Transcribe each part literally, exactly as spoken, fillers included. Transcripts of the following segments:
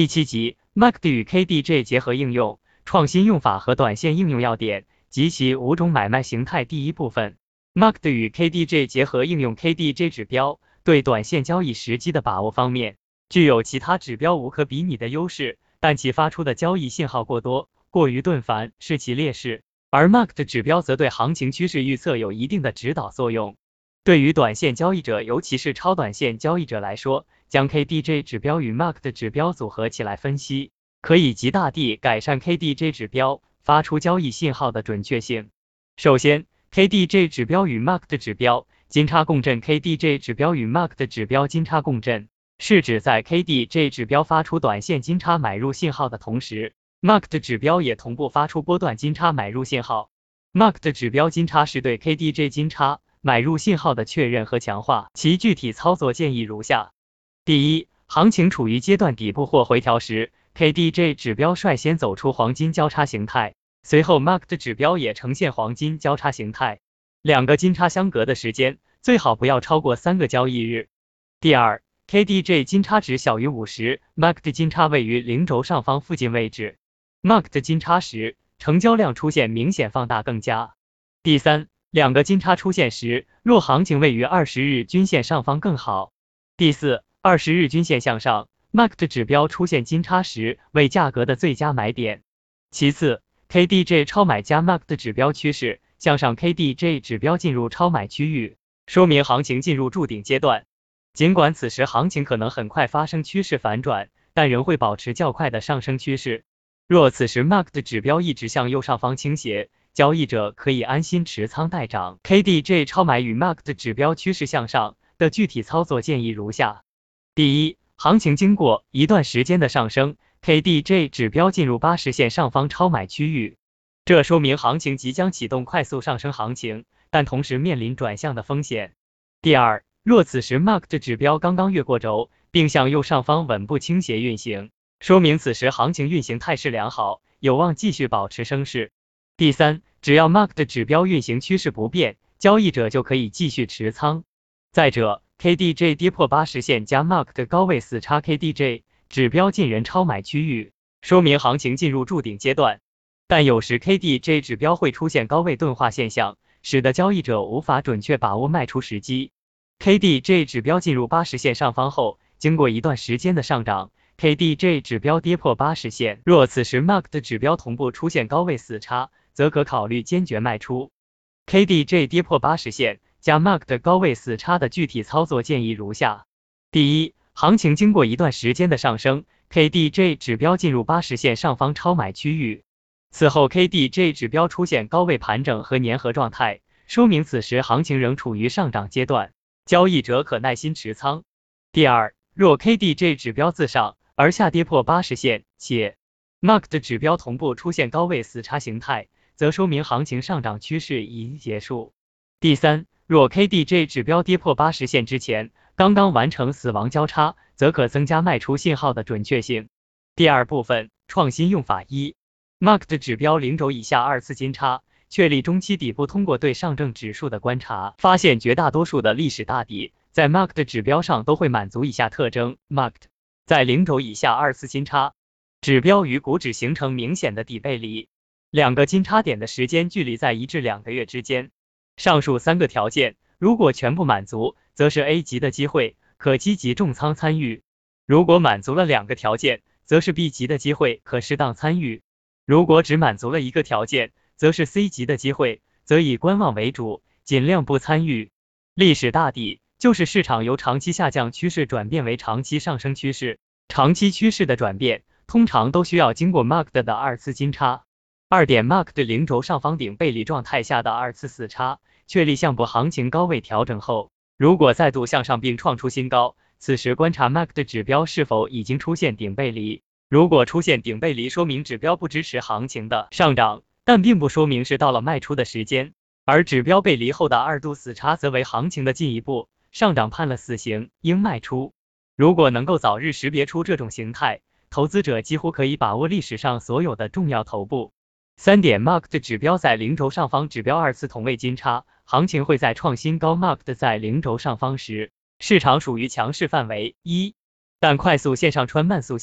第七集 M A C D 与 K D J 结合应用，创新用法和短线应用要点及其五种买卖形态。第一部分 M A C D 与 K D J 结合应用。 K D J 指标对短线交易时机的把握方面具有其他指标无可比拟的优势，但其发出的交易信号过多，过于顿繁是其劣势，而 M A C D 指标则对行情趋势预测有一定的指导作用。对于短线交易者，尤其是超短线交易者来说，将 K D J 指标与 M A C D 指标组合起来分析，可以极大地改善 K D J 指标发出交易信号的准确性。首先 ，K D J 指标与 M A C D 指标金叉共振。 K D J 指标与 M A C D 指标金叉共振是指在 K D J 指标发出短线金叉买入信号的同时， M A C D 指标也同步发出波段金叉买入信号。M A C D 指标金叉是对 K D J 金叉买入信号的确认和强化，其具体操作建议如下：第一，行情处于阶段底部或回调时， K D J 指标率先走出黄金交叉形态，随后 M A C D 指标也呈现黄金交叉形态，两个金叉相隔的时间最好不要超过三个交易日。第二， K D J 金叉值小于五十， M A C D 金叉位于零轴上方附近位置， M A C D 金叉时成交量出现明显放大更佳。第三，两个金叉出现时，若行情位于二十日均线上方更好。第四，二十日均线向上， M A C D 指标出现金叉时为价格的最佳买点。其次， K D J 超买加 M A C D 指标趋势向上， K D J 指标进入超买区域，说明行情进入筑顶阶段。尽管此时行情可能很快发生趋势反转，但仍会保持较快的上升趋势。若此时 M A C D 指标一直向右上方倾斜，交易者可以安心持仓待涨。 K D J 超买与 M A C D 指标趋势向上的具体操作建议如下：第一，行情经过一段时间的上升， K D J 指标进入八十线上方超买区域，这说明行情即将启动快速上升行情，但同时面临转向的风险。第二，若此时 M A C D 指标刚刚越过轴，并向右上方稳步倾斜运行，说明此时行情运行态势良好，有望继续保持升势。第三，只要 M A C D 指标运行趋势不变，交易者就可以继续持仓。再者， K D J 跌破八十线加 M A C D 高位死叉 ，K D J 指标进人超买区域，说明行情进入筑顶阶段。但有时 K D J 指标会出现高位钝化现象，使得交易者无法准确把握卖出时机。K D J 指标进入八十线上方后，经过一段时间的上涨， K D J 指标跌破八十线，若此时 M A C D 指标同步出现高位死叉，则可考虑坚决卖出。 K D J 跌破八十线加 M A C D 高位死叉的具体操作建议如下：第一，行情经过一段时间的上升， K D J 指标进入八十线上方超买区域，此后 K D J 指标出现高位盘整和粘合状态，说明此时行情仍处于上涨阶段，交易者可耐心持仓。第二，若 K D J 指标自上而下跌破八十线，且 M A C D 指标同步出现高位死叉形态，则说明行情上涨趋势已经结束。第三，若 K D J 指标跌破八十线之前刚刚完成死亡交叉，则可增加卖出信号的准确性。第二部分，创新用法一 M A C D 指标零轴以下二次金叉，确立中期底部。通过对上证指数的观察，发现绝大多数的历史大底在 M A C D 指标上都会满足以下特征。 M A C D 在零轴以下二次金叉，指标与股指形成明显的底背离，两个金叉点的时间距离在一至两个月之间。上述三个条件如果全部满足，则是 A 级的机会，可积极重仓参与；如果满足了两个条件，则是 B 级的机会，可适当参与；如果只满足了一个条件，则是 C 级的机会，则以观望为主，尽量不参与。历史大底就是市场由长期下降趋势转变为长期上升趋势，长期趋势的转变通常都需要经过 M A C D 的二次金叉。二点 M A C D 零轴上方顶背离状态下的二次死叉，确立向部行情高位调整后，如果再度向上并创出新高，此时观察 M A C D 指标是否已经出现顶背离。如果出现顶背离，说明指标不支持行情的上涨，但并不说明是到了卖出的时间。而指标背离后的二度死叉则为行情的进一步上涨判了死刑，应卖出。如果能够早日识别出这种形态，投资者几乎可以把握历史上所有的重要头部。三点 M A C D 指标在零轴上方，指标二次同位金叉，行情会在创新高 M A C D 在零轴上方时，市场属于强势范围一，但快速线上穿慢速线，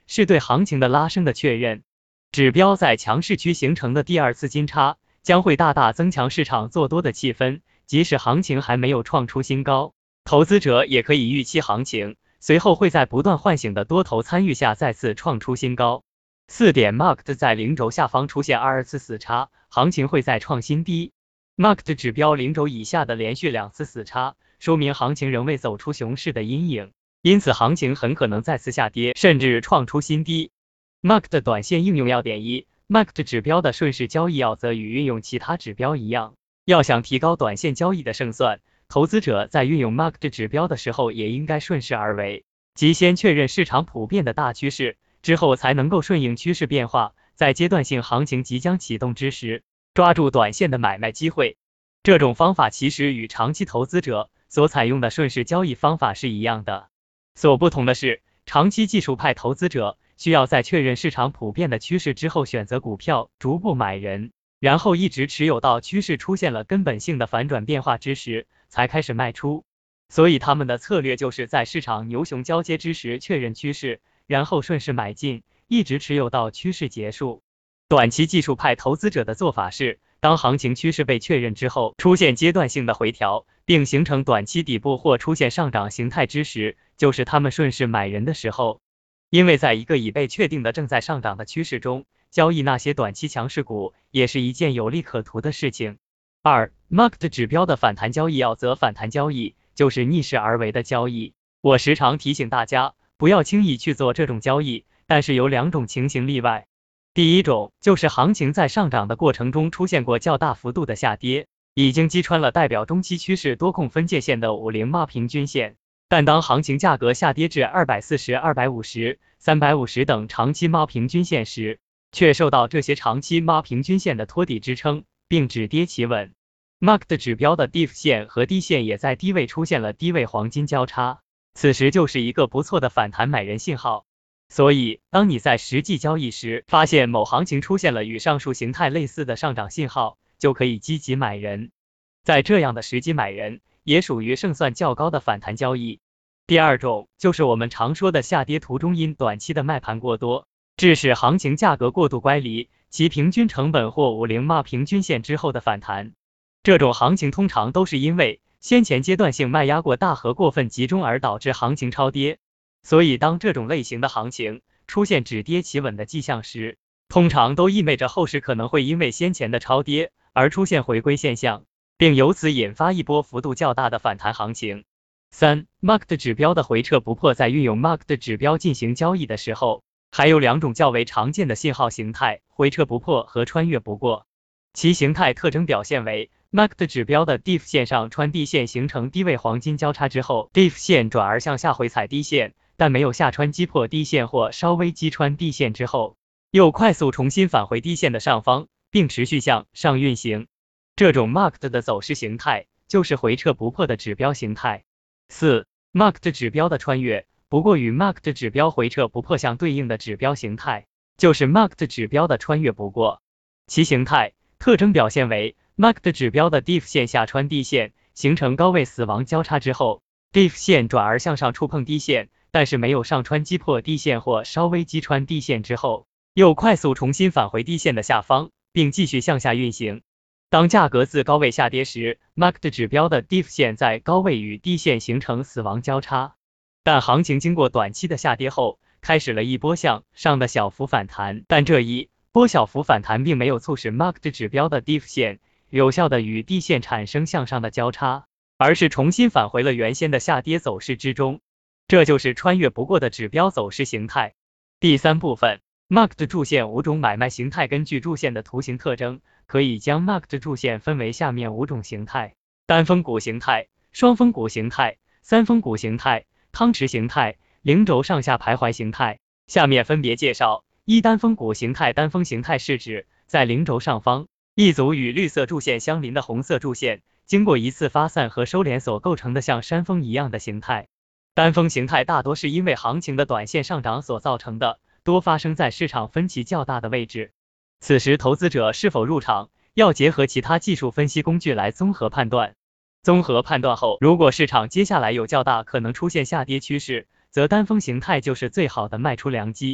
是对行情的拉升的确认。指标在强势区形成的第二次金叉，将会大大增强市场做多的气氛，即使行情还没有创出新高，投资者也可以预期行情随后会在不断唤醒的多头参与下再次创出新高。四点 M A C D 在零轴下方出现二次死叉，行情会再创新低。M A C D 指标零轴以下的连续两次死叉，说明行情仍未走出熊市的阴影，因此行情很可能再次下跌，甚至创出新低。M A C D 的短线应用要点一 ，M A C D 指标的顺势交易要则与运用其他指标一样，要想提高短线交易的胜算，投资者在运用 M A C D 指标的时候也应该顺势而为，即先确认市场普遍的大趋势，之后才能够顺应趋势变化，在阶段性行情即将启动之时，抓住短线的买卖机会。这种方法其实与长期投资者所采用的顺势交易方法是一样的，所不同的是，长期技术派投资者需要在确认市场普遍的趋势之后选择股票，逐步买人，然后一直持有到趋势出现了根本性的反转变化之时，才开始卖出。所以他们的策略就是在市场牛熊交接之时确认趋势，然后顺势买进，一直持有到趋势结束。短期技术派投资者的做法是，当行情趋势被确认之后，出现阶段性的回调，并形成短期底部或出现上涨形态之时，就是他们顺势买人的时候。因为在一个已被确定的正在上涨的趋势中，交易那些短期强势股也是一件有利可图的事情。二 M A C D 指标的反弹交易要则反弹交易就是逆势而为的交易。我时常提醒大家，不要轻易去做这种交易，但是有两种情形例外。第一种就是行情在上涨的过程中出现过较大幅度的下跌，已经击穿了代表中期趋势多空分界线的五十 M A 平均线，但当行情价格下跌至二百四十、二百五十、三百五十等长期 M A 平均线时，却受到这些长期 M A 平均线的托底支撑，并止跌企稳。M A C D 指标的 D I F 线和低线也在低位出现了低位黄金交叉，此时就是一个不错的反弹买人信号。所以，当你在实际交易时，发现某行情出现了与上述形态类似的上涨信号，就可以积极买人。在这样的时机买人，也属于胜算较高的反弹交易。第二种，就是我们常说的下跌途中因短期的卖盘过多，致使行情价格过度乖离其平均成本或五十 M A 平均线之后的反弹。这种行情通常都是因为先前阶段性卖压过大和过分集中而导致行情超跌。所以当这种类型的行情出现止跌企稳的迹象时，通常都意味着后市可能会因为先前的超跌而出现回归现象，并由此引发一波幅度较大的反弹行情。三 M A C D 指标的回撤不破，在运用 M A C D 指标进行交易的时候，还有两种较为常见的信号形态，回撤不破和穿越不过。其形态特征表现为 M A C D 指标的 D I F 线上穿地线形成低位黄金交叉之后， D I F 线转而向下回踩低线，但没有下穿击破低线或稍微击穿低线之后，又快速重新返回低线的上方，并持续向上运行。这种 M A C D 的走势形态就是回撤不破的指标形态。四 M A C D 指标的穿越，不过与 M A C D 指标回撤不破相对应的指标形态，就是 M A C D 指标的穿越不过。其形态特征表现为 M A C D 指标的 D I F 线下穿低线，形成高位死亡交叉之后， D I F 线转而向上触碰低线，但是没有上穿击破低线或稍微击穿低线之后，又快速重新返回低线的下方，并继续向下运行。当价格自高位下跌时， M A C D 指标的 D I F 线在高位与低线形成死亡交叉，但行情经过短期的下跌后，开始了一波向上的小幅反弹，但这一波小幅反弹并没有促使 M A C D 指标的 D I F 线有效的与低线产生向上的交叉，而是重新返回了原先的下跌走势之中。这就是穿越不过的指标走势形态。第三部分 M A C D 柱线五种买卖形态。根据柱线的图形特征，可以将 M A C D 柱线分为下面五种形态：单峰谷形态、双峰谷形态、三峰谷形态、汤匙形态、零轴上下徘徊形态。下面分别介绍。一、单峰谷形态。单峰形态是指在零轴上方一组与绿色柱线相邻的红色柱线，经过一次发散和收敛所构成的像山峰一样的形态。单峰形态大多是因为行情的短线上涨所造成的，多发生在市场分歧较大的位置。此时投资者是否入场，要结合其他技术分析工具来综合判断。综合判断后，如果市场接下来有较大可能出现下跌趋势，则单峰形态就是最好的卖出良机。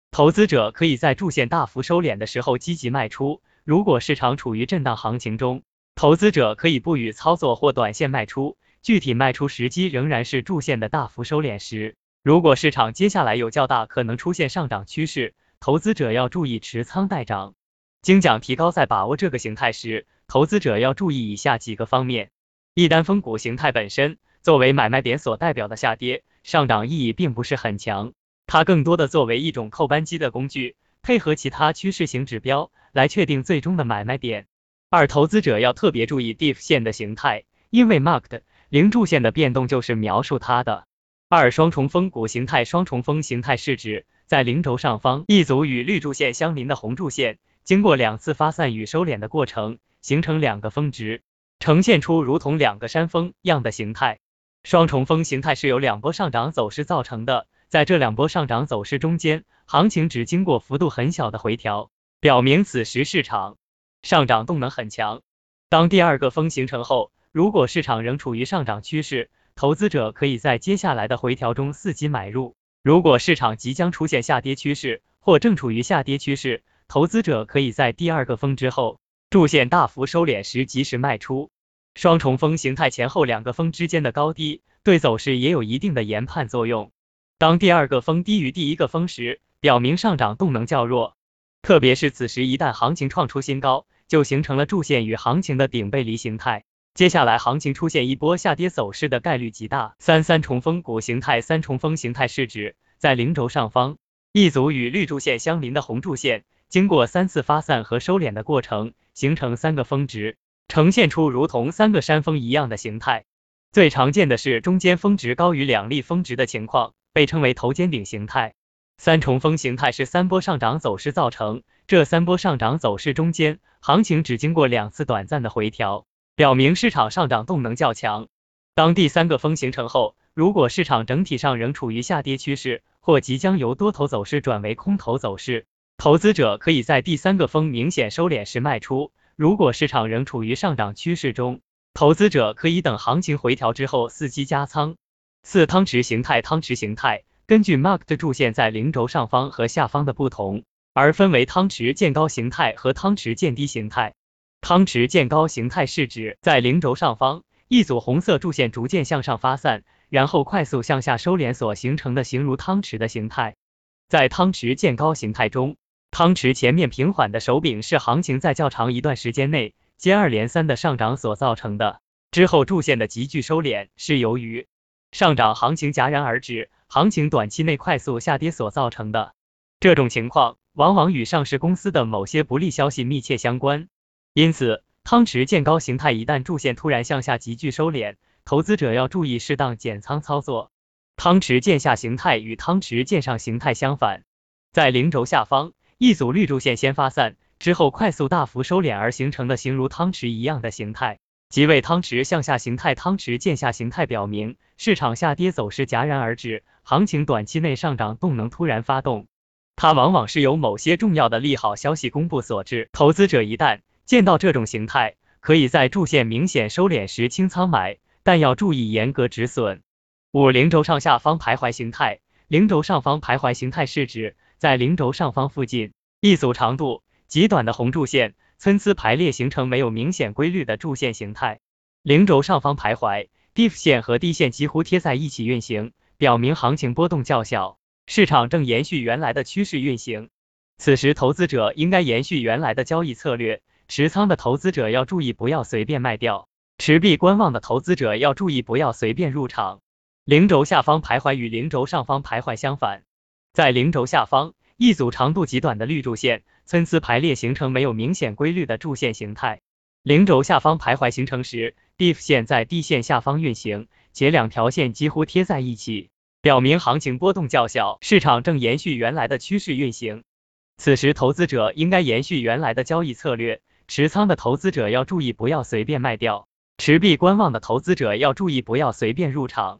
投资者可以在柱线大幅收敛的时候积极卖出，如果市场处于震荡行情中，投资者可以不予操作或短线卖出，具体卖出时机仍然是柱线的大幅收敛时。如果市场接下来有较大可能出现上涨趋势，投资者要注意持仓待涨。精讲提高在把握这个形态时，投资者要注意以下几个方面。一、单峰股形态本身作为买卖点所代表的下跌，上涨意义并不是很强，它更多的作为一种扣扳机的工具，配合其他趋势型指标来确定最终的买卖点。二、投资者要特别注意 D I F 线的形态，因为 Marked 零柱线的变动就是描述它的。二、双重峰股形态，双重峰形态是指在零轴上方一组与绿柱线相邻的红柱线，经过两次发散与收敛的过程，形成两个峰值，呈现出如同两个山峰样的形态。双重峰形态是由两波上涨走势造成的，在这两波上涨走势中间，行情只经过幅度很小的回调，表明此时市场上涨动能很强。当第二个峰形成后，如果市场仍处于上涨趋势，投资者可以在接下来的回调中伺机买入。如果市场即将出现下跌趋势，或正处于下跌趋势，投资者可以在第二个峰之后，柱线大幅收敛时及时卖出。双重峰形态前后两个峰之间的高低，对走势也有一定的研判作用。当第二个峰低于第一个峰时，表明上涨动能较弱，特别是此时一旦行情创出新高，就形成了柱线与行情的顶背离形态。接下来行情出现一波下跌走势的概率极大。三、三重峰股形态，三重峰形态是指在零轴上方一组与绿柱线相邻的红柱线，经过三次发散和收敛的过程，形成三个峰值，呈现出如同三个山峰一样的形态。最常见的是中间峰值高于两粒峰值的情况，被称为头肩顶形态。三重峰形态是三波上涨走势造成，这三波上涨走势中间，行情只经过两次短暂的回调，表明市场上涨动能较强。当第三个峰形成后，如果市场整体上仍处于下跌趋势，或即将由多头走势转为空头走势，投资者可以在第三个峰明显收敛时卖出。如果市场仍处于上涨趋势中，投资者可以等行情回调之后伺机加仓。四、汤匙形态，汤匙形态根据 Marked 柱线在零轴上方和下方的不同，而分为汤匙渐高形态和汤匙渐低形态。汤匙渐高形态是指在零轴上方一组红色柱线逐渐向上发散，然后快速向下收敛所形成的形如汤匙的形态。在汤匙渐高形态中，汤匙前面平缓的手柄是行情在较长一段时间内接二连三的上涨所造成的，之后柱线的急剧收敛是由于上涨行情戛然而止，行情短期内快速下跌所造成的。这种情况往往与上市公司的某些不利消息密切相关。因此，汤匙渐高形态一旦柱线突然向下急剧收敛，投资者要注意适当减仓操作。汤匙渐下形态与汤匙渐上形态相反，在零轴下方，一组绿柱线先发散，之后快速大幅收敛而形成的形如汤匙一样的形态，即为汤匙向下形态。汤匙渐下形态表明市场下跌走势戛然而止，行情短期内上涨动能突然发动。它往往是由某些重要的利好消息公布所致。投资者一旦见到这种形态，可以在柱线明显收敛时清仓买，但要注意严格止损。五、零轴上下方徘徊形态，零轴上方徘徊形态是指在零轴上方附近一组长度极短的红柱线参差排列形成没有明显规律的柱线形态。零轴上方徘徊 D I F 线和 D 线几乎贴在一起运行，表明行情波动较小，市场正延续原来的趋势运行。此时投资者应该延续原来的交易策略，持仓的投资者要注意不要随便卖掉，持币观望的投资者要注意不要随便入场。零轴下方徘徊与零轴上方徘徊相反，在零轴下方，一组长度极短的绿柱线参差排列形成没有明显规律的柱线形态。零轴下方徘徊形成时 ，D I F 线在 D 线下方运行，且两条线几乎贴在一起，表明行情波动较小，市场正延续原来的趋势运行。此时投资者应该延续原来的交易策略，持仓的投资者要注意不要随便卖掉，持币观望的投资者要注意不要随便入场。